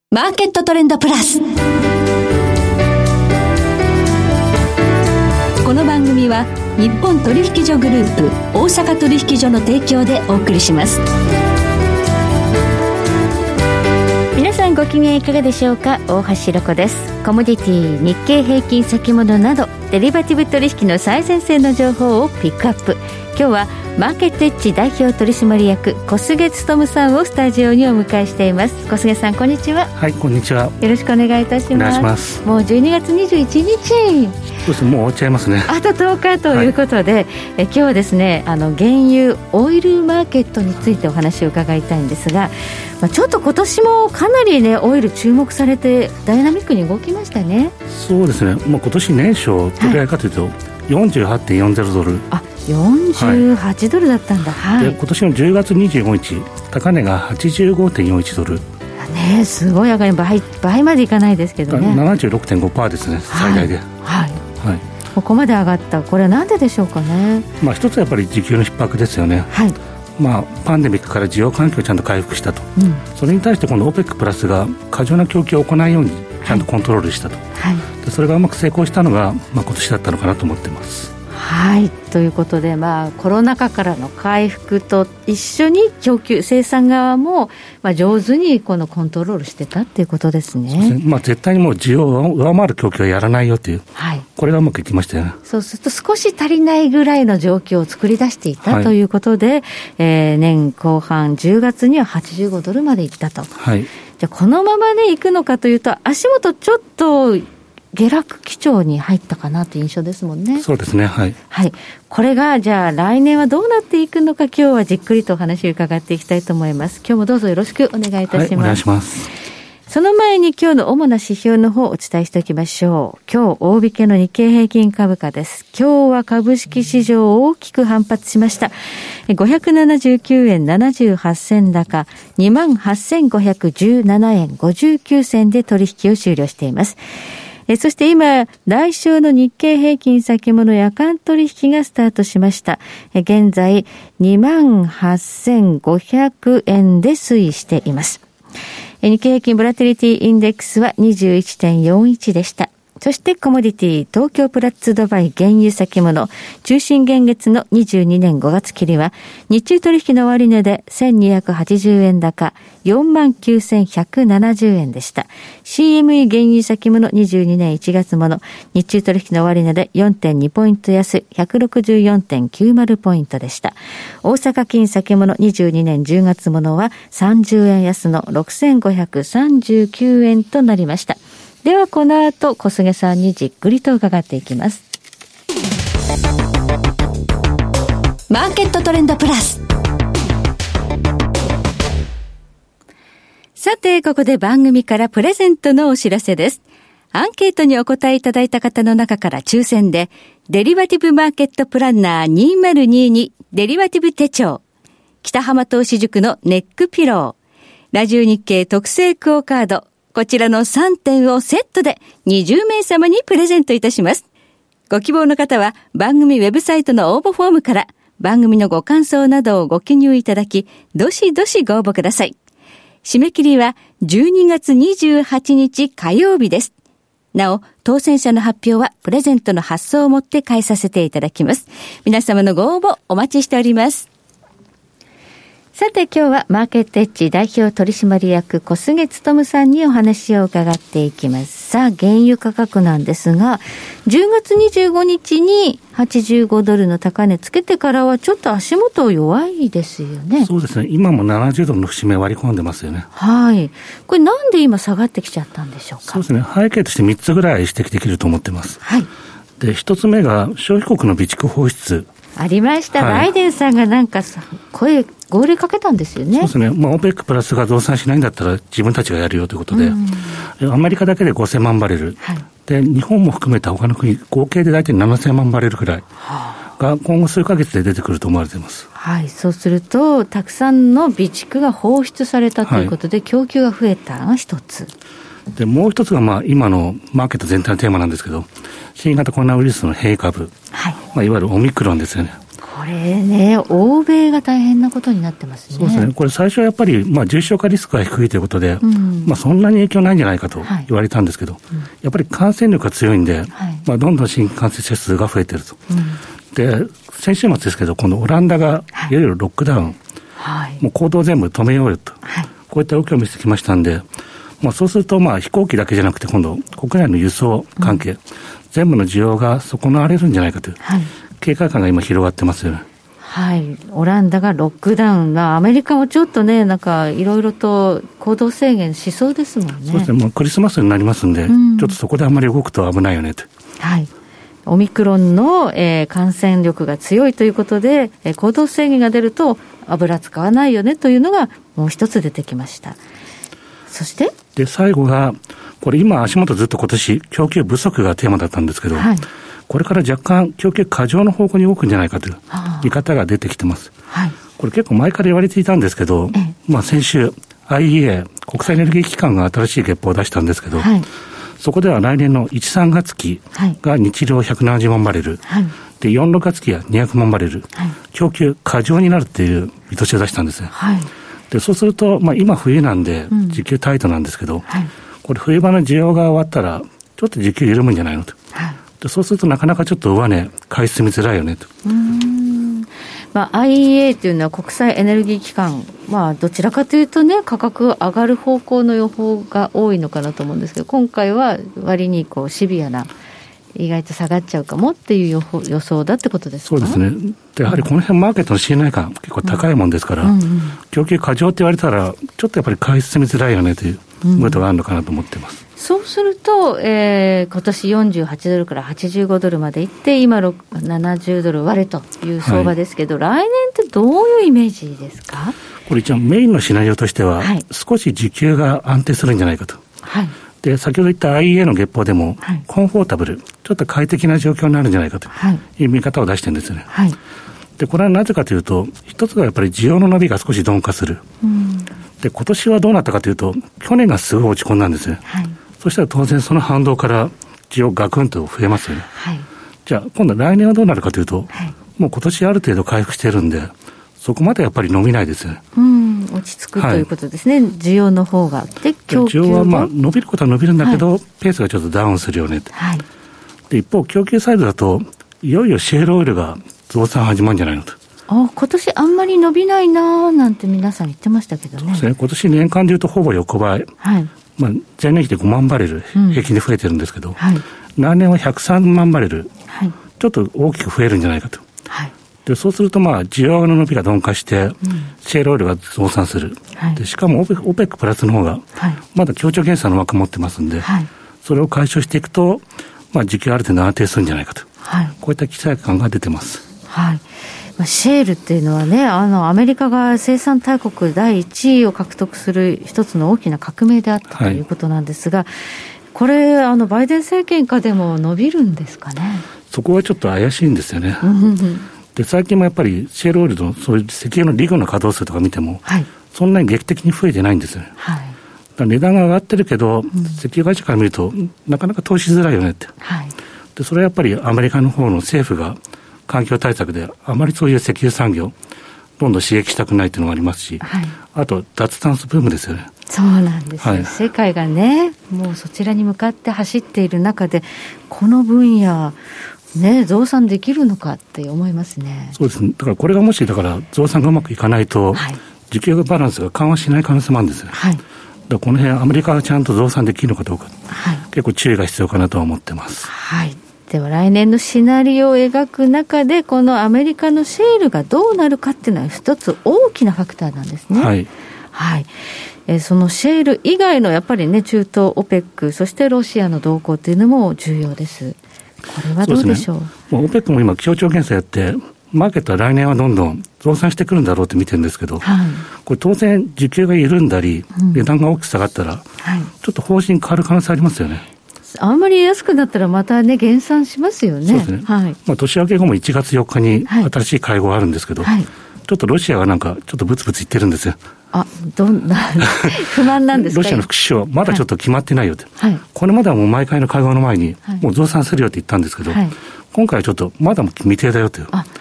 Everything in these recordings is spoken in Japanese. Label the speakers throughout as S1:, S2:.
S1: マーケットトレンドプラス。この番組は日本取引所グループ大阪取引所の提供でお送りします。
S2: 皆さんご機嫌いかがでしょうか。大橋ロコです。コモディティ、日経平均先物などデリバティブ取引の最前線の情報をピックアップ。今日はマーケットエッジ代表取締役小菅勉さんをスタジオにお迎えしています。小菅さん、こんにちは。
S3: はい、こんにちは。
S2: よろしくお願いいたします。
S3: お願いします。
S2: もう12月21日。
S3: そうですね、もう終わっちゃいますね。
S2: あと10日ということで、今日はですね、原油オイルマーケットについてお話を伺いたいんですが、ちょっと今年もかなりね、オイル注目されてダイナミックに動きましたね。
S3: そうですね、今年年初どれぐらいかというと、48.40 ドル、
S2: 48ドルだったんだ、はい、
S3: で今年の10月25日高値が 85.41 ドル
S2: ね、すごい上がり、倍までいかないですけどね、
S3: 76.5% ですね、最大で、はいはい、
S2: ここまで上がった。これはなんででしょうかね。
S3: 一つはやっぱり需給の逼迫ですよね、はい、パンデミックから需要環境をちゃんと回復したと、それに対して今度 OPEC プラスが過剰な供給を行ないようにちゃんとコントロールしたと、はい、でそれがうまく成功したのが、今年だったのかなと思ってます。
S2: はい、ということで、コロナ禍からの回復と一緒に供給、生産側も、上手にこのコントロールしてたっていうことですね。
S3: そうですね、絶対にもう需要を上回る供給はやらないよという、はい、これがうまくいきましたよね。そう
S2: すると少し足りないぐらいの状況を作り出していた、はい、ということで、年後半10月には85ドルまでいったと、はい、じゃあこのままね、いくのかというと、足元ちょっと下落基調に入ったかなという印象ですもんね。
S3: そうですね、はい、はい、
S2: これがじゃあ来年はどうなっていくのか、今日はじっくりとお話を伺っていきたいと思います。今日もどうぞよろしくお願いいたします。はい、お願いします。その前に今日の主な指標の方をお伝えしておきましょう。今日大引けの日経平均株価です。今日は株式市場大きく反発しました。579円78銭高、28,517円59銭で取引を終了しています。そして今、来週の日経平均先物夜間取引がスタートしました。現在、28,500円で推移しています。日経平均ボラティリティインデックスは 21.41 でした。そしてコモディティ東京プラッツドバイ原油先物中心現月の22年5月切りは日中取引の終値で1280円高 49,170 円でした。 CME 原油先物22年1月もの日中取引の終値で 4.2 ポイント安 164.90 ポイントでした。大阪金先物22年10月ものは30円安の 6,539 円となりました。ではこの後小菅さんにじっくりと伺っていきます。
S1: マーケットトレンドプラス。
S2: さて、ここで番組からプレゼントのお知らせです。アンケートにお答えいただいた方の中から抽選でデリバティブマーケットプランナー2022デリバティブ手帳、北浜投資塾のネックピロー、ラジオ日経特製クオカード、こちらの3点をセットで20名様にプレゼントいたします。ご希望の方は番組ウェブサイトの応募フォームから番組のご感想などをご記入いただき、どしどしご応募ください。締め切りは12月28日火曜日です。なお、当選者の発表はプレゼントの発送をもって返させていただきます。皆様のご応募お待ちしております。さて、今日はマーケットエッジ代表取締役小菅勉さんにお話を伺っていきます。さあ、原油価格なんですが、10月25日に85ドルの高値つけてからはちょっと足元弱いですよね。
S3: そうですね、今も70ドルの節目割り込んでますよね。
S2: はい。これなんで今下がってきちゃったんでしょうか。
S3: そうですね、背景として3つぐらい指摘できると思ってます。はい。で、1つ目が消費国の備蓄放出
S2: ありました、はい、バイデンさんがなんか号令かけたんですよね。
S3: そうですね、OPEC プラスが増産しないんだったら自分たちがやるよということで、アメリカだけで5000万バレル、はい、で日本も含めた他の国合計で大体7000万バレルくらいが今後数ヶ月で出てくると思われています。
S2: はい、そうするとたくさんの備蓄が放出されたということで、はい、供給が増えたのが一つ
S3: で、もう一つが今のマーケット全体のテーマなんですけど、新型コロナウイルスの変異株、はい、いわゆるオミクロンですよね。
S2: これね、欧米が大変なことになってますね。
S3: そうですね。これ最初はやっぱり、重症化リスクが低いということで、そんなに影響ないんじゃないかと言われたんですけど、やっぱり感染力が強いんで、どんどん新規感染者数が増えていると。で、先週末ですけど、このオランダがいよいよロックダウン、もう行動全部止めようよと、こういった動きを見せてきましたんで、そうすると飛行機だけじゃなくて今度国内の輸送関係、全部の需要が損なわれるんじゃないかという、警戒感が今広がってますよね。
S2: はい、オランダがロックダウンが、アメリカもちょっとね、なんかいろいろと行動制限しそうですもんね。
S3: そうですね。もうクリスマスになりますんで、ちょっとそこであんまり動くと危ないよねと。
S2: はい。オミクロンの、感染力が強いということで、行動制限が出ると油使わないよねというのがもう一つ出てきました。そして
S3: で最後がこれ今足元ずっと今年供給不足がテーマだったんですけど、これから若干供給過剰の方向に動くんじゃないかという見方が出てきてます。これ結構前から言われていたんですけど、先週 IEA 国際エネルギー機関が新しい月報を出したんですけど、そこでは来年の1、3月期が日量170万バレル、で4、6月期は200万バレル、供給過剰になるっていう見通しを出したんですね。でそうすると、今冬なんで需給タイトなんですけど、これ冬場の需要が終わったらちょっと需給緩むんじゃないのと、でそうするとなかなかちょっと上値買い進みづらいよねと。
S2: IEA というのは国際エネルギー機関、どちらかというとね、価格上がる方向の予報が多いのかなと思うんですけど、今回は割にシビアな、意外と下がっちゃうかもっていう予想だってことですか？
S3: そうですね。でやはりこの辺マーケットの信頼感結構高いもんですから、供給過剰って言われたらちょっとやっぱり買い進みづらいよねというムードがあるのかなと思ってます。
S2: そうすると、今年48ドルから85ドルまでいって、今70ドル割れという相場ですけど、来年ってどういうイメージですか？
S3: これ一応メインのシナリオとしては、少し需給が安定するんじゃないかと。で先ほど言った IEA の月報でも、コンフォータブル、ちょっと快適な状況になるんじゃないかという見方を出してるんですよね。でこれはなぜかというと、一つがやっぱり需要の伸びが少し鈍化する。で今年はどうなったかというと、去年がすごい落ち込んだんですよ。そしたら当然その反動から需要ガクンと増えますよね。じゃあ今度来年はどうなるかというと、もう今年ある程度回復してるんで、そこまでやっぱり伸びないですよね。
S2: 落ち着くということですね。需要の方が。で供給
S3: 需要は伸びることは伸びるんだけど、ペースがちょっとダウンするよねと。で一方供給サイドだと、いよいよシェールオイルが増産始まるんじゃないのと。
S2: 今年あんまり伸びないななんて皆さん言ってましたけどね。
S3: そうですね。今年年間でいうとほぼ横ばい。前年比で5万バレル平均で増えてるんですけど、来年は103万バレル、ちょっと大きく増えるんじゃないかと。でそうすると需要の伸びが鈍化して、シェールオイルが増産する。でしかも OPEC プラスの方がまだ協調減産の枠持ってますんで、それを解消していくと、需給ある程度安定するんじゃないかと、こういった期待感が出てます。
S2: シェールっていうのはね、アメリカが生産大国第1位を獲得する一つの大きな革命であったということなんですが、これバイデン政権下でも伸びるんですかね？
S3: そこはちょっと怪しいんですよね。で最近もやっぱりシェールオイルのそういう石油のリグの稼働数とか見ても、そんなに劇的に増えてないんですよね。だから値段が上がってるけど、石油会社から見るとなかなか投資しづらいよねって。でそれはやっぱりアメリカの方の政府が環境対策であまりそういう石油産業どんどん刺激したくないというのがありますし、あと脱炭素ブームですよね。
S2: そうなんですよ、世界がねもうそちらに向かって走っている中で、この分野増産できるのかって思いますね。
S3: そうですね。だからこれがもし増産がうまくいかないと、需給バランスが緩和しない可能性もあるんですよ。だからこの辺アメリカがちゃんと増産できるのかどうか、結構注意が必要かなとは思ってます。
S2: では来年のシナリオを描く中で、このアメリカのシェールがどうなるかっていうのは一つ大きなファクターなんですね。そのシェール以外のやっぱりね、中東 OPEC、そしてロシアの動向っていうのも重要です。これはどうでしょう。
S3: OPEC も今協調減産やって、マーケットは来年はどんどん増産してくるんだろうって見てるんですけど、これ当然需給が緩んだり、値段が大きく下がったら、ちょっと方針変わる可能性ありますよね。
S2: あんまり安くなったらまたね減産しますよね。
S3: そうですね。年明け後も1月4日に新しい会合があるんですけど、ちょっとロシアがなんかちょっとブツブツ言ってるんですよ。
S2: どんな不満なんですか？
S3: ロシアの副首相まだちょっと決まってないよって、これまではもう毎回の会合の前にもう増産するよって言ったんですけど、今回はちょっとまだ未定だよという、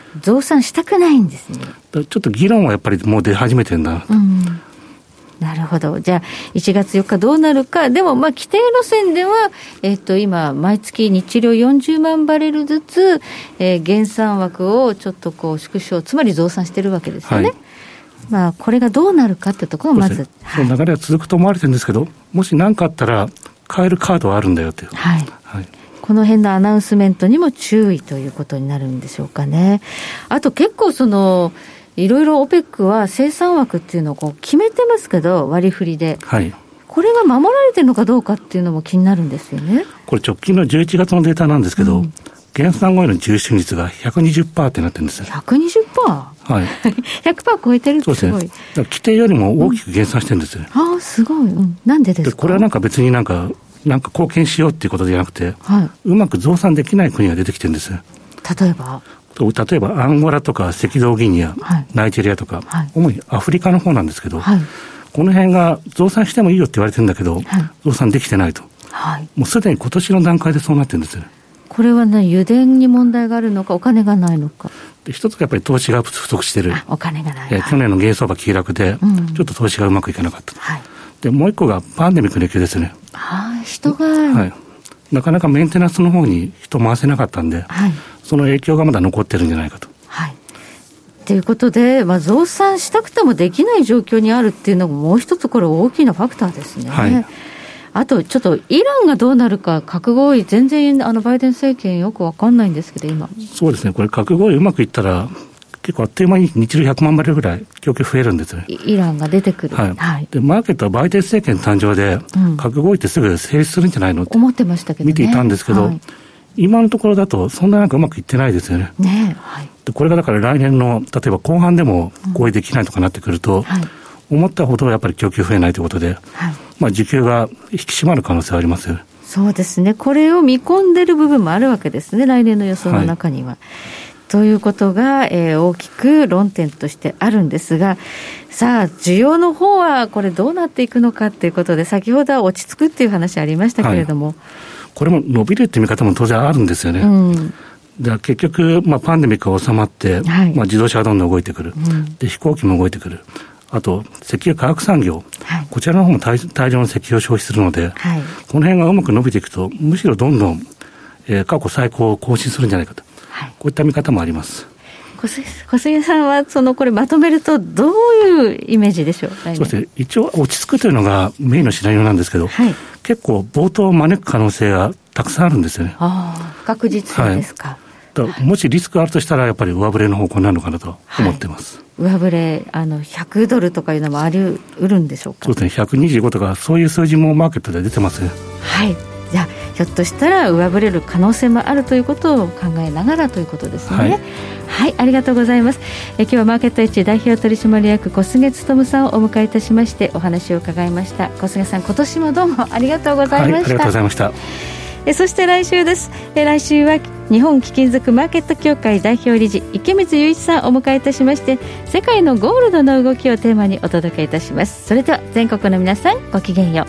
S2: 増産したくないんですね。
S3: ちょっと議論はやっぱりもう出始めてるんだなと、
S2: なるほど。じゃあ1月4日どうなるか。でも規定路線では、今毎月日量40万バレルずつ、減産枠をちょっと縮小、つまり増産してるわけですよね。これがどうなるかってところをまず、
S3: その流れは続くと思われてるんですけど、もし何かあったら買えるカードはあるんだよっていう、
S2: この辺のアナウンスメントにも注意ということになるんでしょうかね。あと結構いろいろ OPEC は生産枠っていうのを決めてますけど、割り振りで、これが守られてるのかどうかっていうのも気になるんですよね。
S3: これ直近の11月のデータなんですけど、減産後への重心率が 120% ってなってるんですよ。
S2: 120%？ はい100% 超えてるってすごい。
S3: そうですね。だから規定よりも大きく減産してるんですよ。
S2: すごい。なんでですか？
S3: これは別になんか貢献しようっていうことじゃなくて、うまく増産できない国が出てきてるんです。例えばアンゴラとか赤道ギニア、ナイジェリアとか、主にアフリカの方なんですけど、この辺が増産してもいいよって言われてるんだけど、増産できてないと、もうすでに今年の段階でそうなってるんです。
S2: これは油田に問題があるのか、お金がないのか。
S3: で一つがやっぱり投資が不足してる。
S2: お金がない。
S3: 去年の原相場急落で、ちょっと投資がうまくいかなかった。でもう一個がパンデミックの影響ですね。
S2: 人が、
S3: なかなかメンテナンスの方に人回せなかったんで、その影響がまだ残ってるんじゃないかと。
S2: ということで、増産したくてもできない状況にあるっていうのももう一つこれ大きなファクターですね。あとちょっとイランがどうなるか、核合意全然バイデン政権よく分かんないんですけど、今
S3: そうですね、これ核合意うまくいったら結構あっという間に日量100万バレルぐらい供給増えるんですね。
S2: イランが出てくる、
S3: でマーケットはバイデン政権誕生で、核合意ってすぐ成立するんじゃないのって
S2: 思ってましたけど、
S3: 見ていたんですけど、今のところだとそんなうまくいってないですよね。でこれがだから来年の例えば後半でも合意できないとかなってくると、思ったほどやっぱり供給増えないということで、需給が引き締まる可能性はありますよ。
S2: そうですね。これを見込んでる部分もあるわけですね、来年の予想の中には。ということが、大きく論点としてあるんですが、さあ需要の方はこれどうなっていくのかということで、先ほどは落ち着くっていう話ありましたけれども、
S3: これも伸びるっていう見方も当然あるんですよね。で結局、パンデミックが収まって、自動車がどんどん動いてくる、で飛行機も動いてくる、あと石油化学産業、こちらの方も大量の石油を消費するので、この辺がうまく伸びていくとむしろどんどん、過去最高を更新するんじゃないかと、こういった見方もあります。
S2: 小杉さんはこれまとめるとどういうイメージでしょう？
S3: そうですね、一応落ち着くというのがメインのシナリオなんですけど、結構暴騰を招く可能性がたくさんあるんですよね。
S2: 確実ですか。
S3: もしリスクがあるとしたらやっぱり上振れの方向になるのかなと思ってます。
S2: 上振れ100ドルとかいうのもあり得るんでしょうか？
S3: そうですね、125とかそういう数字もマーケットで出てますね。
S2: じゃあひょっとしたら上振れる可能性もあるということを考えながらということですね。ありがとうございます。今日はマーケットエッジ代表取締役小菅勉さんをお迎えいたしましてお話を伺いました。小菅さん、今年もどうもありがとうございました。
S3: ありがとうございました。
S2: そして来週です。来週は日本貴金属マーケット協会代表理事池水雄一さんをお迎えいたしまして、世界のゴールドの動きをテーマにお届けいたします。それでは全国の皆さん、ごきげんよう。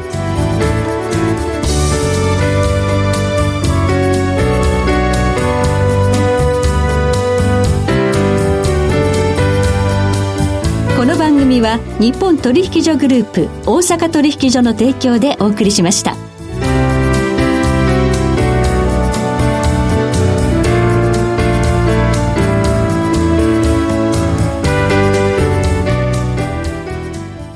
S1: この番組は日本取引所グループ大阪取引所の提供でお送りしました。